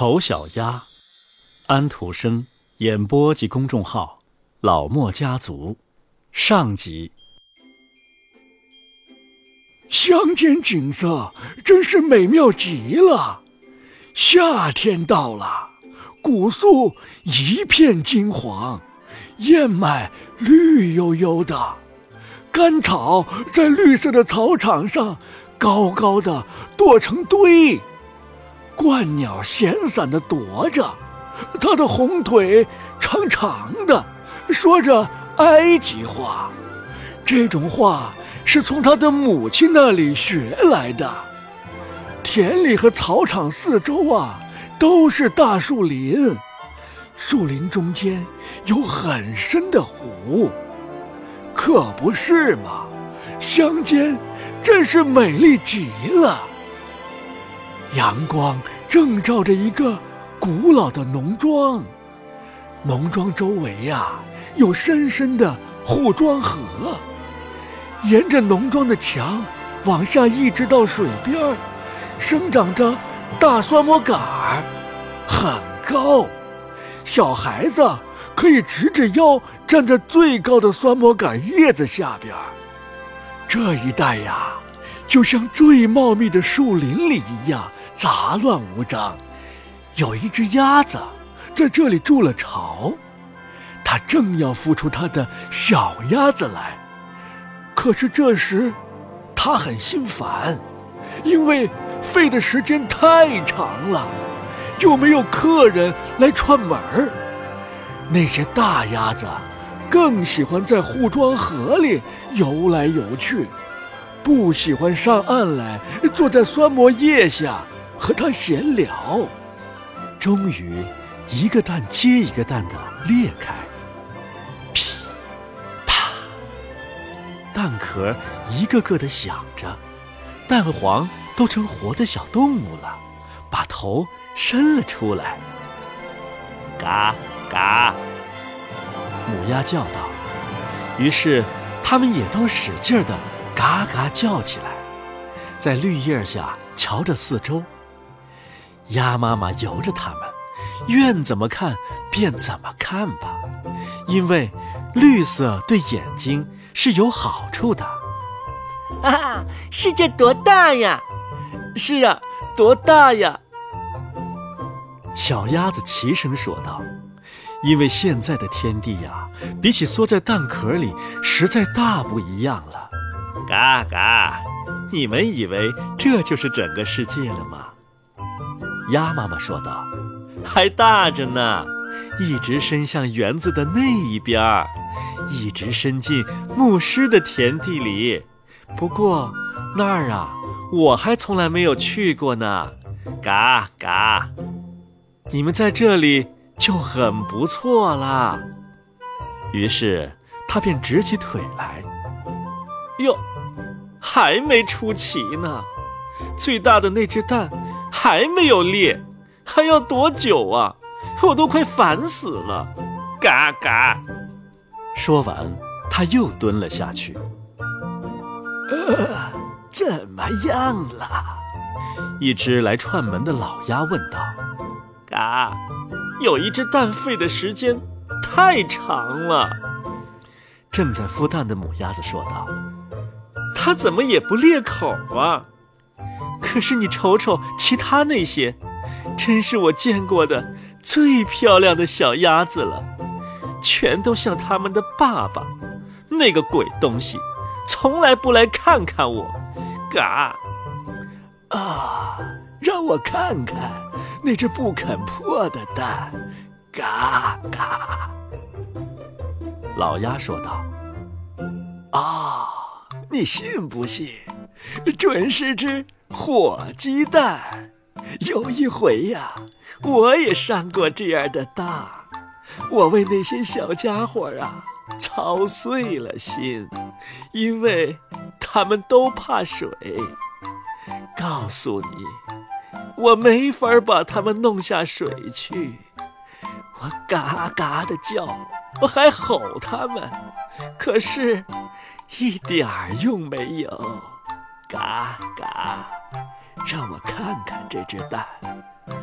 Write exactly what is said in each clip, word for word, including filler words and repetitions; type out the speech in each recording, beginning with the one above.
丑小鸭，安徒生，演播及公众号老莫家族，上集。 乡间景色真是美妙极了，夏天到了，古树一片金黄，燕麦绿油油的，干草在绿色的草场上高高的垛成堆，鹳鸟闲散地踱着，它的红腿长长的，说着埃及话。这种话是从他的母亲那里学来的。田里和草场四周啊，都是大树林，树林中间有很深的湖，可不是嘛？乡间真是美丽极了。阳光正照着一个古老的农庄，农庄周围啊，有深深的护庄河，沿着农庄的墙往下一直到水边，生长着大酸蘑杆儿，很高，小孩子可以直着腰站在最高的酸蘑杆叶子下边。这一带呀，就像最茂密的树林里一样杂乱无章。有一只鸭子在这里筑了巢，它正要孵出它的小鸭子来，可是这时它很心烦，因为费的时间太长了，又没有客人来串门儿。那些大鸭子更喜欢在护庄河里游来游去，不喜欢上岸来坐在酸蘑叶下和它闲聊。 终于一个蛋接一个蛋的裂开，噼啪，蛋壳一个个的响着，蛋黄都成活的小动物了，把头伸了出来。嘎嘎，母鸭叫道。于是它们也都使劲地嘎嘎叫起来，在绿叶下瞧着四周。鸭妈妈由着它们，愿怎么看便怎么看吧，因为绿色对眼睛是有好处的。 啊，世界多大呀！是啊，多大呀！ 小鸭子齐声说道，因为现在的天地呀，比起缩在蛋壳里实在大不一样了。嘎嘎，你们以为这就是整个世界了吗？鸭妈妈说道，还大着呢，一直伸向园子的那一边，一直伸进牧师的田地里。不过那儿啊，我还从来没有去过呢。嘎嘎，你们在这里就很不错啦。于是他便直起腿来。哟，还没出齐呢，最大的那只蛋还没有裂，还要多久啊？我都快烦死了！嘎嘎。说完，他又蹲了下去。 呃，怎么样了？ 一只来串门的老鸭问道。 嘎，有一只蛋费的时间太长了。 正在孵蛋的母鸭子说道。 它怎么也不裂口啊？ 可是你瞅瞅其他那些，真是我见过的最漂亮的小鸭子了，全都像他们的爸爸，那个鬼东西从来不来看看我。嘎啊，让我看看那只不肯破的蛋。嘎嘎。 老鸭说道。 啊，你信不信？准是只火鸡蛋。有一回呀，我也上过这样的当，我为那些小家伙啊操碎了心，因为他们都怕水。告诉你，我没法把他们弄下水去。我嘎嘎的叫，我还吼他们，可是一点儿用没有。嘎嘎，让我看看这只蛋。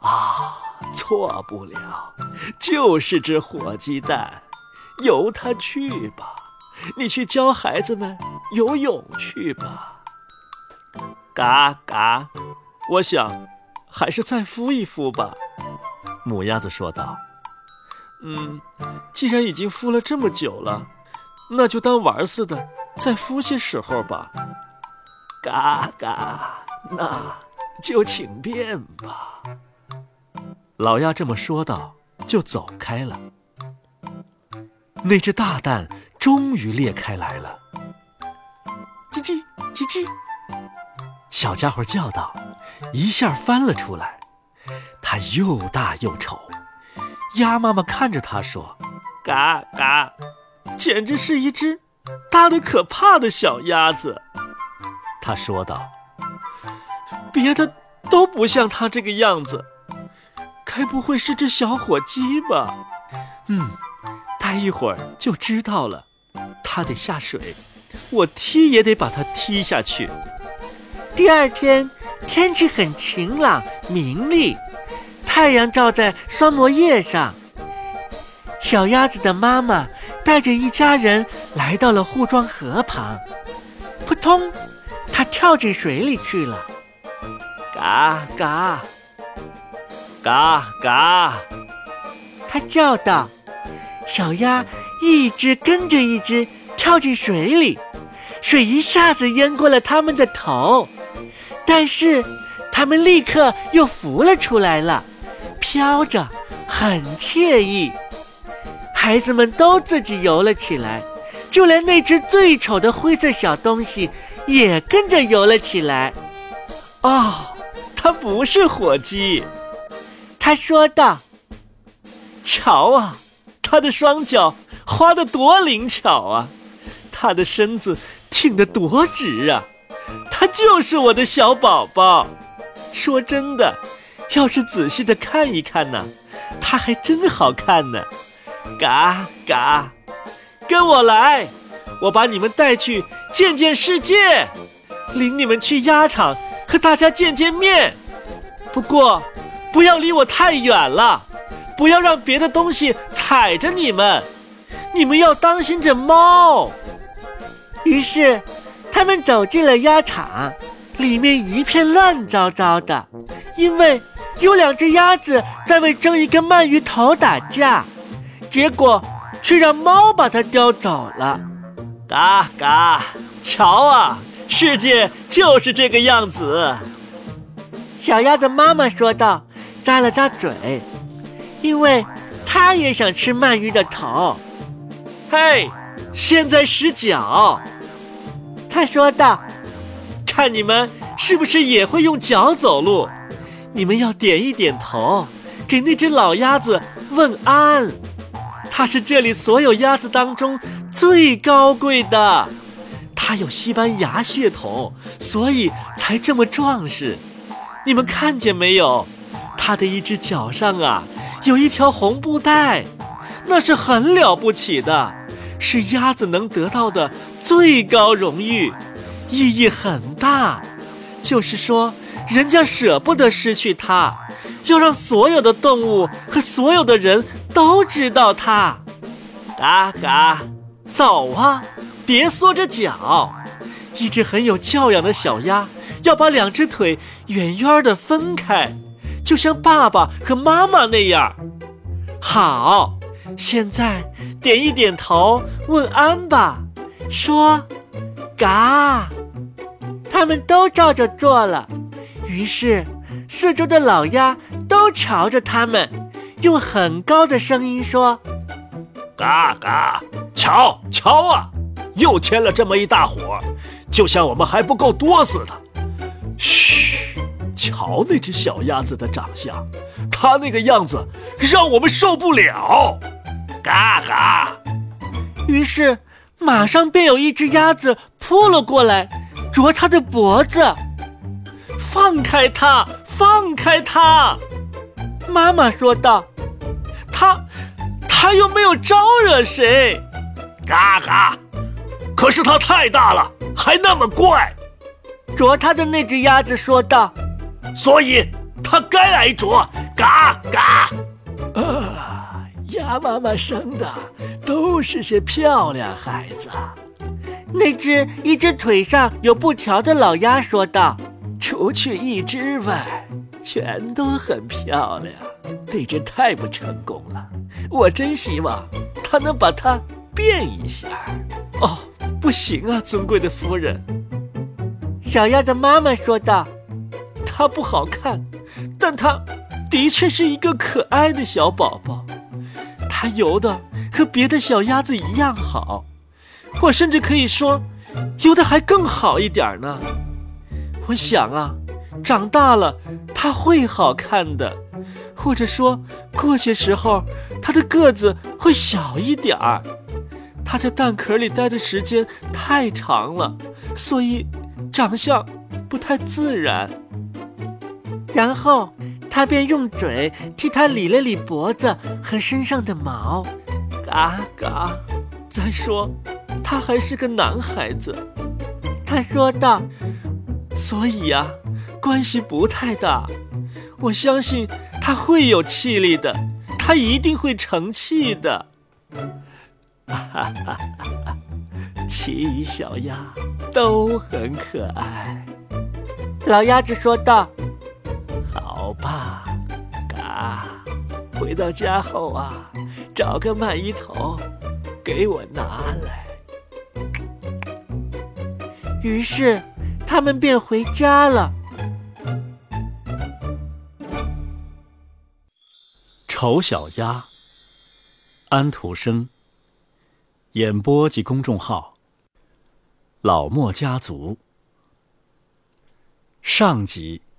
啊，错不了，就是只火鸡蛋，由它去吧，你去教孩子们游泳去吧。嘎嘎，我想还是再孵一孵吧。母鸭子说道。嗯，既然已经孵了这么久了，那就当玩似的再孵些时候吧。嘎嘎，那就请便吧。老鸭这么说道，就走开了。那只大蛋终于裂开来了。叽叽叽叽，小家伙叫道，一下翻了出来。它又大又丑。鸭妈妈看着它说，嘎嘎，简直是一只大得可怕的小鸭子。他说道，别的都不像它这个样子，该不会是只小火鸡吧？嗯，待一会儿就知道了。它得下水，我踢也得把它踢下去。 第二天，天气很晴朗明丽，太阳照在双磨叶上。小鸭子的妈妈带着一家人来到了护庄河旁，扑通，它跳进水里去了。 嘎嘎，嘎嘎， 它叫道。小鸭一只跟着一只跳进水里，水一下子淹过了它们的头，但是它们立刻又浮了出来了，飘着，很惬意。孩子们都自己游了起来，就连那只最丑的灰色小东西也跟着游了起来。 哦，它不是火鸡， 他说道。 瞧啊，它的双脚花得多灵巧啊，它的身子挺得多直啊，它就是我的小宝宝。说真的，要是仔细的看一看呢，它还真好看呢。嘎嘎，跟我来，我把你们带去见见世界，领你们去鸭场和大家见见面。不过不要离我太远了，不要让别的东西踩着你们，你们要当心着猫。 于是他们走进了鸭场，里面一片乱糟糟的，因为有两只鸭子在为争一个鳗鱼头打架，结果却让猫把它叼走了。 嘎嘎，瞧啊，世界就是这个样子。 小鸭子妈妈说道，咂了咂嘴，因为她也想吃鳗鱼的头。 嘿，现在使脚， 她说道， 看你们是不是也会用脚走路？你们要点一点头，给那只老鸭子问安。它是这里所有鸭子当中最高贵的，它有西班牙血统，所以才这么壮实。你们看见没有？它的一只脚上啊，有一条红布带，那是很了不起的，是鸭子能得到的最高荣誉，意义很大。就是说，人家舍不得失去它，要让所有的动物和所有的人都知道它。嘎嘎，走啊，别缩着脚。一只很有教养的小鸭要把两只腿远远地分开，就像爸爸和妈妈那样。好，现在点一点头问安吧，说嘎。 他们都照着做了，于是四周的老鸭都朝着他们，用很高的声音说， 嘎嘎，瞧瞧啊，又添了这么一大伙，就像我们还不够多似的。嘘，瞧那只小鸭子的长相，它那个样子让我们受不了。嘎嘎， 于是马上便有一只鸭子扑了过来，啄它的脖子。 放开它，放开它！ 妈妈说道。 它，它又没有招惹谁。嘎嘎，可是它太大了，还那么怪。 啄它的那只鸭子说道。 所以它该挨啄， 嘎嘎！ 啊，鸭妈妈生的都是些漂亮孩子。 那只一只腿上有布条的老鸭说道：“ 除去一只外，全都很漂亮。那只太不成功了，我真希望它能把它变一下。” 哦，不行啊，尊贵的夫人。 小鸭的妈妈说道：“ 它不好看，但它的确是一个可爱的小宝宝。它游的和别的小鸭子一样好。我甚至可以说，游得还更好一点呢。我想啊，长大了它会好看的，或者说过些时候它的个子会小一点儿。它在蛋壳里待的时间太长了，所以长相不太自然。” 然后他便用嘴替它理了理脖子和身上的毛。 嘎嘎！再说他还是个男孩子， 他说道， 所以呀、啊，关系不太大。我相信他会有气力的，他一定会成器的。哈哈哈哈！其余小鸭都很可爱。 老鸭子说道：“ 好吧，嘎，回到家后啊，找个鳗鱼头，给我拿来。” 于是他们便回家了。 丑小鸭，安徒生。演播及公众号：老莫家族。上集。